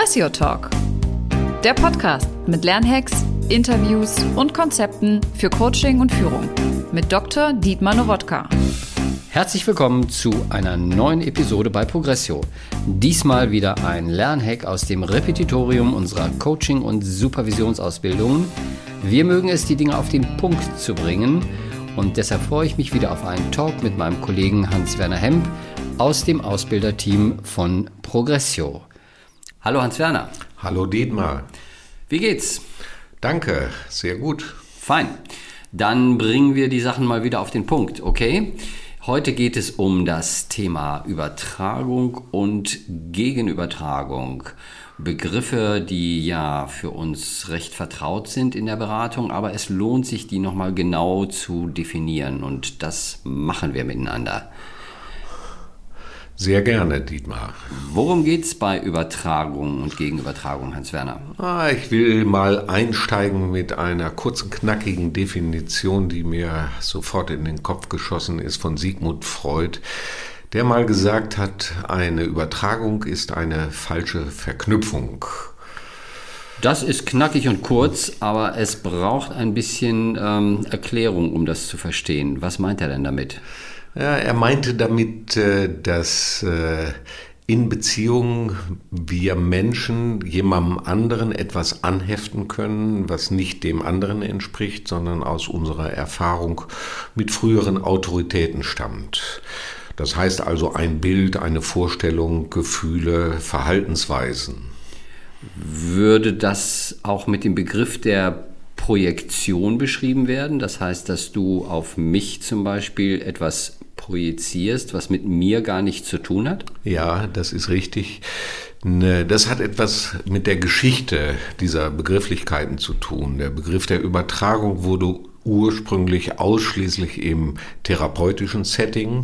Progressio Talk, der Podcast mit Lernhacks, Interviews und Konzepten für Coaching und Führung mit Dr. Dietmar Nowodka. Herzlich willkommen zu einer neuen Episode bei Progressio. Diesmal wieder ein Lernhack aus dem Repetitorium unserer Coaching- und Supervisionsausbildungen. Wir mögen es, die Dinge auf den Punkt zu bringen, und deshalb freue ich mich wieder auf einen Talk mit meinem Kollegen Hans-Werner Hemp aus dem Ausbilderteam von Progressio. Hallo Hans-Werner. Hallo Dietmar. Wie geht's? Danke, sehr gut. Fein. Dann bringen wir die Sachen mal wieder auf den Punkt, okay? Heute geht es um das Thema Übertragung und Gegenübertragung. Begriffe, die ja für uns recht vertraut sind in der Beratung, aber es lohnt sich, die nochmal genau zu definieren, und das machen wir miteinander. Sehr gerne, Dietmar. Worum geht es bei Übertragung und Gegenübertragung, Hans-Werner? Ich will mal einsteigen mit einer kurzen, knackigen Definition, die mir sofort in den Kopf geschossen ist, von Sigmund Freud, der mal gesagt hat, eine Übertragung ist eine falsche Verknüpfung. Das ist knackig und kurz, aber es braucht ein bisschen Erklärung, um das zu verstehen. Was meint er denn damit? Ja, er meinte damit, dass in Beziehungen wir Menschen jemandem anderen etwas anheften können, was nicht dem anderen entspricht, sondern aus unserer Erfahrung mit früheren Autoritäten stammt. Das heißt also ein Bild, eine Vorstellung, Gefühle, Verhaltensweisen. Würde das auch mit dem Begriff der Projektion beschrieben werden? Das heißt, dass du auf mich zum Beispiel etwas projizierst, was mit mir gar nichts zu tun hat? Ja, das ist richtig. Das hat etwas mit der Geschichte dieser Begrifflichkeiten zu tun. Der Begriff der Übertragung wurde ursprünglich ausschließlich im therapeutischen Setting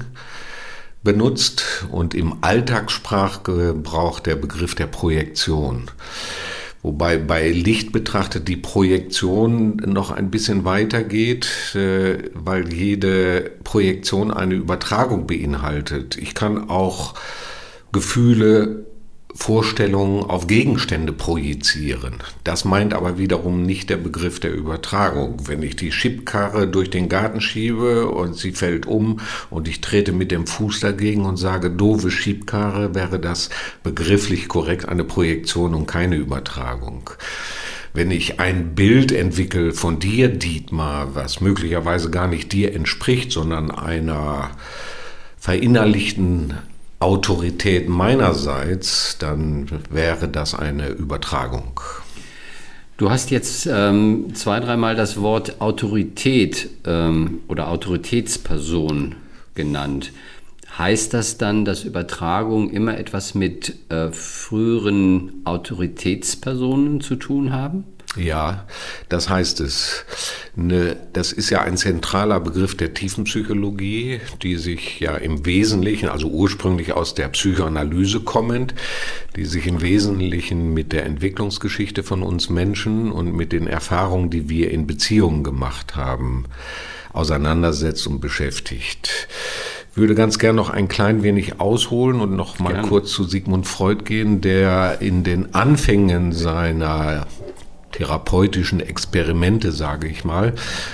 benutzt und im Alltagssprachgebrauch der Begriff der Projektion. Wobei bei Licht betrachtet die Projektion noch ein bisschen weiter geht, weil jede Projektion eine Übertragung beinhaltet. Ich kann auch Gefühle, Vorstellungen auf Gegenstände projizieren. Das meint aber wiederum nicht der Begriff der Übertragung. Wenn ich die Schubkarre durch den Garten schiebe und sie fällt um und ich trete mit dem Fuß dagegen und sage, doofe Schubkarre, wäre das begrifflich korrekt eine Projektion und keine Übertragung. Wenn ich ein Bild entwickle von dir, Dietmar, was möglicherweise gar nicht dir entspricht, sondern einer verinnerlichten Autorität meinerseits, dann wäre das eine Übertragung. Du hast jetzt 2-3 Mal das Wort Autorität oder Autoritätsperson genannt. Heißt das dann, dass Übertragung immer etwas mit früheren Autoritätspersonen zu tun haben? Ja, das heißt es. Das ist ja ein zentraler Begriff der Tiefenpsychologie, die sich ja im Wesentlichen, also ursprünglich aus der Psychoanalyse kommend, die sich im Wesentlichen mit der Entwicklungsgeschichte von uns Menschen und mit den Erfahrungen, die wir in Beziehungen gemacht haben, auseinandersetzt und beschäftigt. Ich würde ganz gern noch ein klein wenig ausholen und noch mal kurz zu Sigmund Freud gehen, der in den Anfängen seiner therapeutischen Experimente, sage ich mal,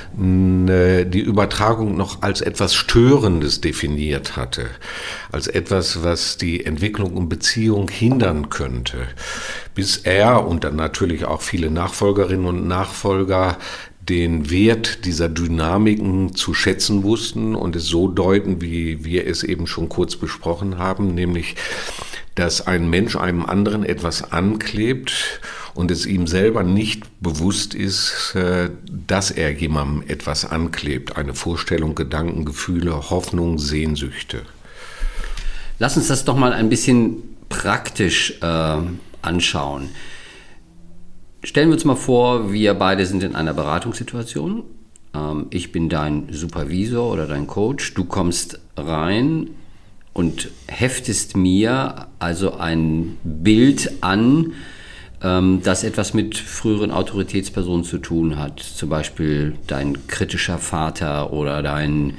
die Übertragung noch als etwas Störendes definiert hatte, als etwas, was die Entwicklung und Beziehung hindern könnte, bis er und dann natürlich auch viele Nachfolgerinnen und Nachfolger den Wert dieser Dynamiken zu schätzen wussten und es so deuten, wie wir es eben schon kurz besprochen haben, nämlich, dass ein Mensch einem anderen etwas anklebt und es ihm selber nicht bewusst ist, dass er jemandem etwas anklebt. Eine Vorstellung, Gedanken, Gefühle, Hoffnung, Sehnsüchte. Lass uns das doch mal ein bisschen praktisch anschauen. Stellen wir uns mal vor, wir beide sind in einer Beratungssituation. Ich bin dein Supervisor oder dein Coach. Du kommst rein und heftest mir also ein Bild an, das etwas mit früheren Autoritätspersonen zu tun hat. Zum Beispiel dein kritischer Vater oder dein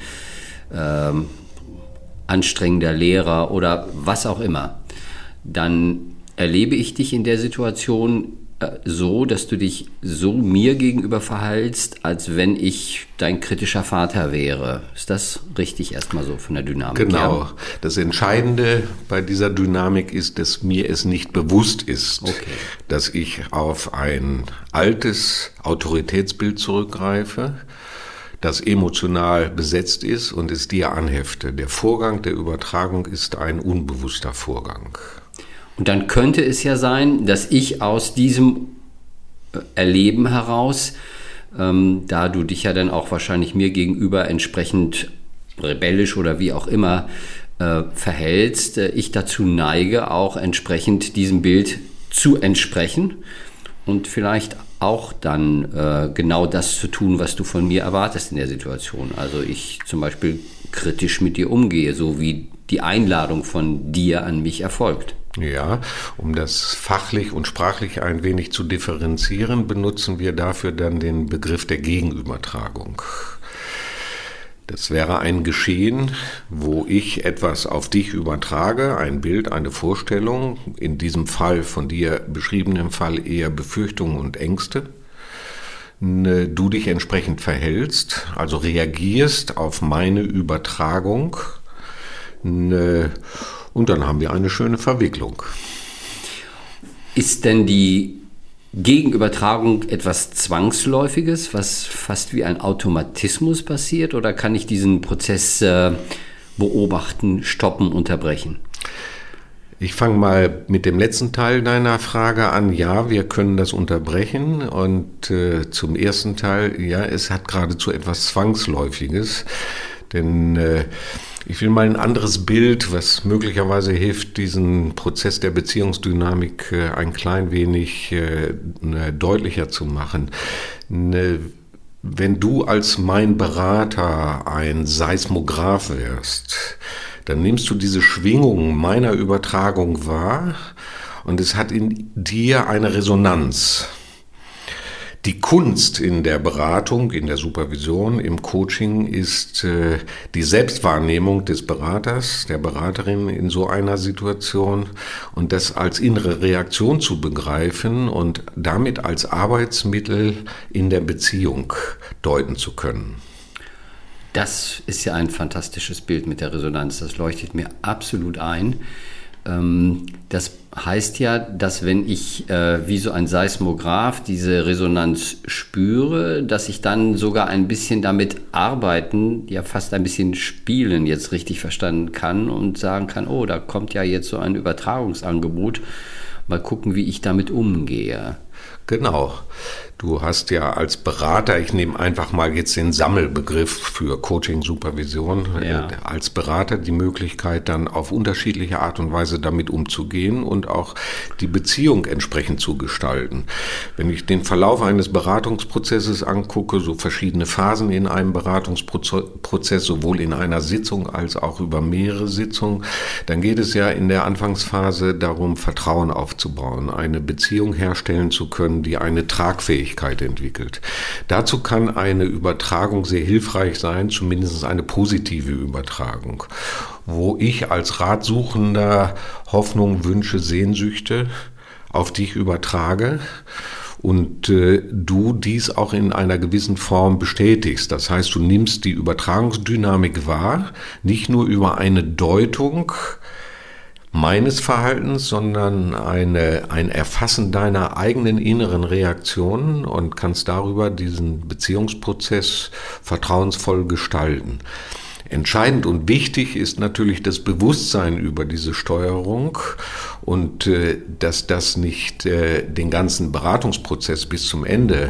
anstrengender Lehrer oder was auch immer. Dann erlebe ich dich in der Situation so, dass du dich so mir gegenüber verhältst, als wenn ich dein kritischer Vater wäre. Ist das richtig erstmal so von der Dynamik? Genau. Ja? Das Entscheidende bei dieser Dynamik ist, dass mir es nicht bewusst ist, dass ich auf ein altes Autoritätsbild zurückgreife, das emotional besetzt ist und es dir anhefte. Der Vorgang der Übertragung ist ein unbewusster Vorgang. Und dann könnte es ja sein, dass ich aus diesem Erleben heraus, da du dich ja dann auch wahrscheinlich mir gegenüber entsprechend rebellisch oder wie auch immer verhältst, ich dazu neige, auch entsprechend diesem Bild zu entsprechen und vielleicht auch dann genau das zu tun, was du von mir erwartest in der Situation. Also ich zum Beispiel kritisch mit dir umgehe, so wie die Einladung von dir an mich erfolgt. Ja, um das fachlich und sprachlich ein wenig zu differenzieren, benutzen wir dafür dann den Begriff der Gegenübertragung. Das wäre ein Geschehen, wo ich etwas auf dich übertrage, ein Bild, eine Vorstellung, in diesem Fall von dir beschriebenen Fall eher Befürchtungen und Ängste. Du dich entsprechend verhältst, also reagierst auf meine Übertragung. Und dann haben wir eine schöne Verwicklung. Ist denn die Gegenübertragung etwas Zwangsläufiges, was fast wie ein Automatismus passiert? Oder kann ich diesen Prozess beobachten, stoppen, unterbrechen? Ich fange mal mit dem letzten Teil deiner Frage an. Ja, wir können das unterbrechen. Und zum ersten Teil, ja, es hat geradezu etwas Zwangsläufiges. Denn ich will mal ein anderes Bild, was möglicherweise hilft, diesen Prozess der Beziehungsdynamik ein klein wenig deutlicher zu machen. Wenn du als mein Berater ein Seismograph wärst, dann nimmst du diese Schwingungen meiner Übertragung wahr und es hat in dir eine Resonanz. Die Kunst in der Beratung, in der Supervision, im Coaching ist die Selbstwahrnehmung des Beraters, der Beraterin in so einer Situation und das als innere Reaktion zu begreifen und damit als Arbeitsmittel in der Beziehung deuten zu können. Das ist ja ein fantastisches Bild mit der Resonanz. Das leuchtet mir absolut ein. Das heißt ja, dass wenn ich wie so ein Seismograph diese Resonanz spüre, dass ich dann sogar ein bisschen damit arbeiten, ja fast ein bisschen spielen jetzt richtig verstanden kann und sagen kann, oh, da kommt ja jetzt so ein Übertragungsangebot, mal gucken, wie ich damit umgehe. Genau. Du hast ja als Berater, ich nehme einfach mal jetzt den Sammelbegriff für Coaching-Supervision, als Berater die Möglichkeit, dann auf unterschiedliche Art und Weise damit umzugehen und auch die Beziehung entsprechend zu gestalten. Wenn ich den Verlauf eines Beratungsprozesses angucke, so verschiedene Phasen in einem Beratungsprozess, sowohl in einer Sitzung als auch über mehrere Sitzungen, dann geht es ja in der Anfangsphase darum, Vertrauen aufzubauen, eine Beziehung herstellen zu können, die eine Tragfähigkeit entwickelt. Dazu kann eine Übertragung sehr hilfreich sein, zumindest eine positive Übertragung, wo ich als Ratsuchender Hoffnung, Wünsche, Sehnsüchte auf dich übertrage und du dies auch in einer gewissen Form bestätigst. Das heißt, du nimmst die Übertragungsdynamik wahr, nicht nur über eine Deutung meines Verhaltens, sondern ein Erfassen deiner eigenen inneren Reaktionen und kannst darüber diesen Beziehungsprozess vertrauensvoll gestalten. Entscheidend und wichtig ist natürlich das Bewusstsein über diese Steuerung und dass das nicht den ganzen Beratungsprozess bis zum Ende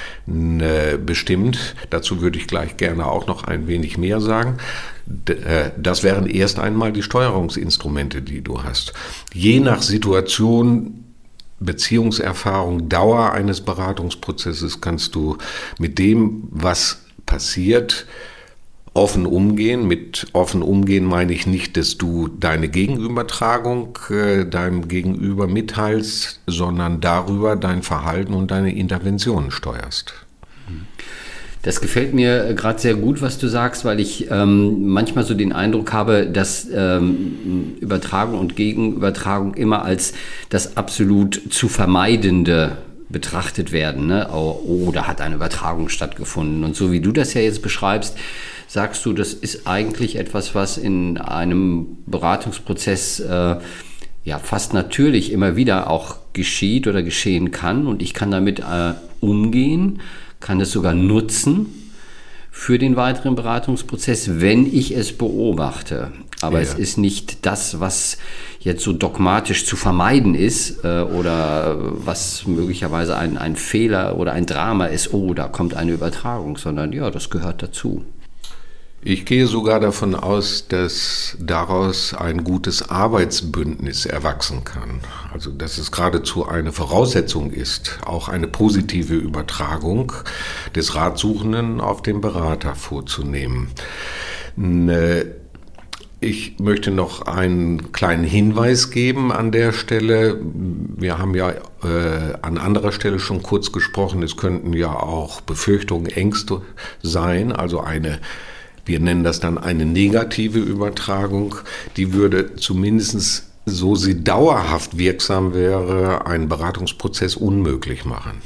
bestimmt. Dazu würde ich gleich gerne auch noch ein wenig mehr sagen. Das wären erst einmal die Steuerungsinstrumente, die du hast. Je nach Situation, Beziehungserfahrung, Dauer eines Beratungsprozesses kannst du mit dem, was passiert, offen umgehen. Mit offen umgehen meine ich nicht, dass du deine Gegenübertragung deinem Gegenüber mitteilst, sondern darüber dein Verhalten und deine Interventionen steuerst. Das gefällt mir gerade sehr gut, was du sagst, weil ich manchmal so den Eindruck habe, dass Übertragung und Gegenübertragung immer als das absolut zu Vermeidende betrachtet werden. Ne? Oh, da hat eine Übertragung stattgefunden. Und so wie du das ja jetzt beschreibst, sagst du, das ist eigentlich etwas, was in einem Beratungsprozess fast natürlich immer wieder auch geschieht oder geschehen kann. Und ich kann damit umgehen, kann es sogar nutzen für den weiteren Beratungsprozess, wenn ich es beobachte. Aber es ist nicht das, was jetzt so dogmatisch zu vermeiden ist oder was möglicherweise ein Fehler oder ein Drama ist, oh, da kommt eine Übertragung, sondern ja, das gehört dazu. Ich gehe sogar davon aus, dass daraus ein gutes Arbeitsbündnis erwachsen kann. Also dass es geradezu eine Voraussetzung ist, auch eine positive Übertragung des Ratsuchenden auf den Berater vorzunehmen. Ich möchte noch einen kleinen Hinweis geben an der Stelle. Wir haben ja an anderer Stelle schon kurz gesprochen, es könnten ja auch Befürchtungen, Ängste sein, also wir nennen das dann eine negative Übertragung, die würde zumindest, so sie dauerhaft wirksam wäre, einen Beratungsprozess unmöglich machen.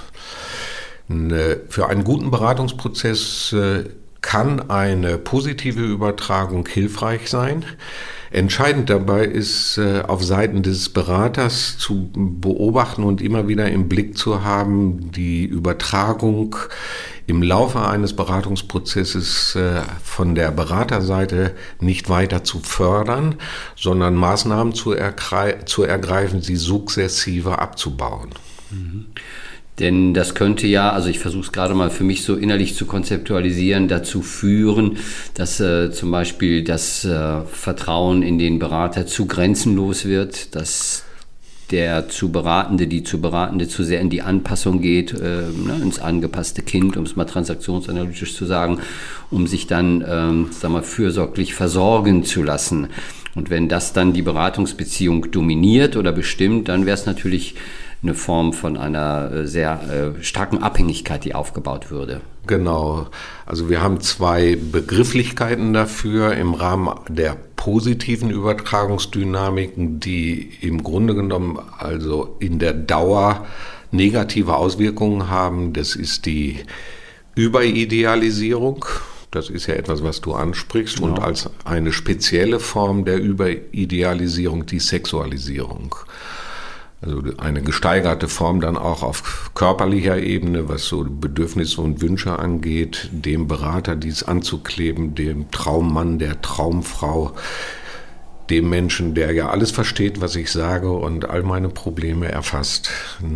Für einen guten Beratungsprozess kann eine positive Übertragung hilfreich sein. Entscheidend dabei ist, auf Seiten des Beraters zu beobachten und immer wieder im Blick zu haben, die Übertragung im Laufe eines Beratungsprozesses von der Beraterseite nicht weiter zu fördern, sondern Maßnahmen zu ergreifen, sie sukzessive abzubauen. Mhm. Denn das könnte ja, also ich versuche es gerade mal für mich so innerlich zu konzeptualisieren, dazu führen, dass zum Beispiel das Vertrauen in den Berater zu grenzenlos wird, dass die zu Beratende zu sehr in die Anpassung geht, ins angepasste Kind, um es mal transaktionsanalytisch zu sagen, um sich dann, fürsorglich versorgen zu lassen. Und wenn das dann die Beratungsbeziehung dominiert oder bestimmt, dann wäre es natürlich eine Form von einer sehr starken Abhängigkeit, die aufgebaut würde. Genau. Also wir haben zwei Begrifflichkeiten dafür im Rahmen der positiven Übertragungsdynamiken, die im Grunde genommen also in der Dauer negative Auswirkungen haben. Das ist die Überidealisierung. Das ist ja etwas, was du ansprichst. Genau. Und als eine spezielle Form der Überidealisierung die Sexualisierung. Also eine gesteigerte Form dann auch auf körperlicher Ebene, was so Bedürfnisse und Wünsche angeht, dem Berater dies anzukleben, dem Traummann, der Traumfrau, dem Menschen, der ja alles versteht, was ich sage und all meine Probleme erfasst.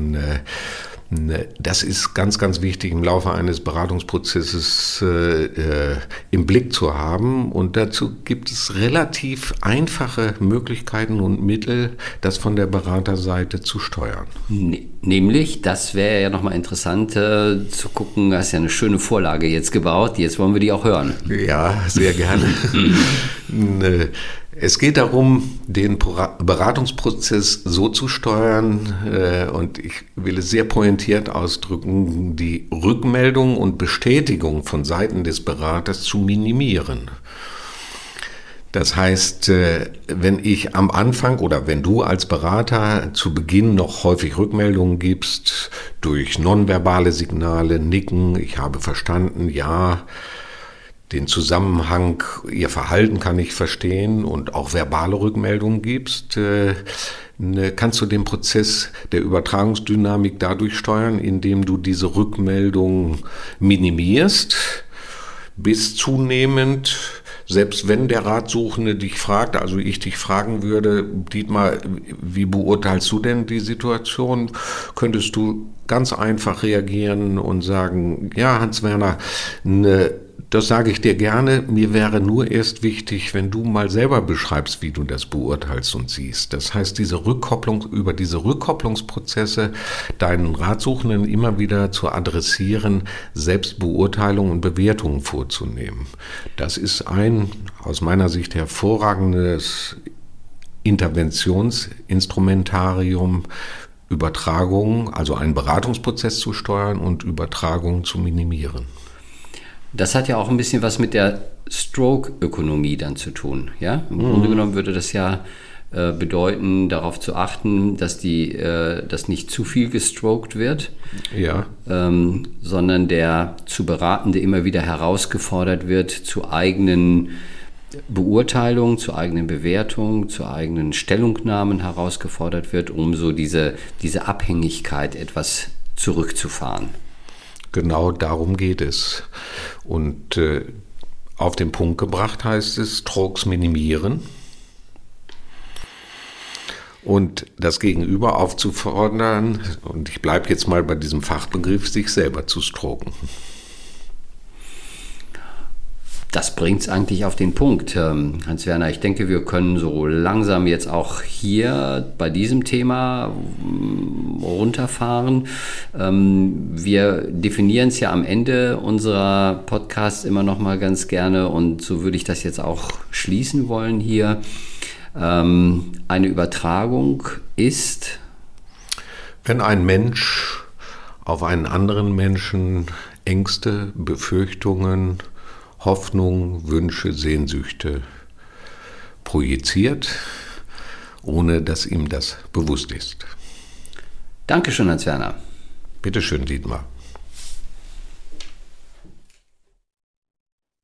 Das ist ganz, ganz wichtig im Laufe eines Beratungsprozesses im Blick zu haben. Und dazu gibt es relativ einfache Möglichkeiten und Mittel, das von der Beraterseite zu steuern. Nämlich, das wäre ja nochmal interessant zu gucken, du hast ja eine schöne Vorlage jetzt gebaut, jetzt wollen wir die auch hören. Ja, sehr gerne. Es geht darum, den Beratungsprozess so zu steuern, und ich will es sehr pointiert ausdrücken, die Rückmeldung und Bestätigung von Seiten des Beraters zu minimieren. Das heißt, wenn ich am Anfang oder wenn du als Berater zu Beginn noch häufig Rückmeldungen gibst, durch nonverbale Signale, Nicken, ich habe verstanden, ja, den Zusammenhang, ihr Verhalten kann ich verstehen und auch verbale Rückmeldungen gibst, kannst du den Prozess der Übertragungsdynamik dadurch steuern, indem du diese Rückmeldung minimierst, bis zunehmend, selbst wenn der Ratsuchende dich fragt, also ich dich fragen würde, Dietmar, wie beurteilst du denn die Situation, könntest du ganz einfach reagieren und sagen, ja, Hans-Werner, das sage ich dir gerne. Mir wäre nur erst wichtig, wenn du mal selber beschreibst, wie du das beurteilst und siehst. Das heißt, über diese Rückkopplungsprozesse deinen Ratsuchenden immer wieder zu adressieren, Selbstbeurteilung und Bewertungen vorzunehmen. Das ist ein aus meiner Sicht hervorragendes Interventionsinstrumentarium, Übertragungen, also einen Beratungsprozess zu steuern und Übertragungen zu minimieren. Das hat ja auch ein bisschen was mit der Stroke-Ökonomie dann zu tun. Ja? Im Grunde genommen würde das ja bedeuten, darauf zu achten, dass nicht zu viel gestroked wird, Ja. Sondern der zu Beratende immer wieder herausgefordert wird zu eigenen Beurteilungen, zu eigenen Bewertungen, zu eigenen Stellungnahmen herausgefordert wird, um so diese Abhängigkeit etwas zurückzufahren. Genau darum geht es. Und auf den Punkt gebracht heißt es, Strokes minimieren und das Gegenüber aufzufordern, und ich bleibe jetzt mal bei diesem Fachbegriff, sich selber zu stroken. Das bringt es eigentlich auf den Punkt, Hans-Werner. Ich denke, wir können so langsam jetzt auch hier bei diesem Thema runterfahren. Wir definieren es ja am Ende unserer Podcasts immer noch mal ganz gerne, und so würde ich das jetzt auch schließen wollen hier. Eine Übertragung ist, wenn ein Mensch auf einen anderen Menschen Ängste, Befürchtungen, Hoffnungen, Wünsche, Sehnsüchte projiziert, ohne dass ihm das bewusst ist. Dankeschön, Hans-Werner. Bitte schön, Dietmar.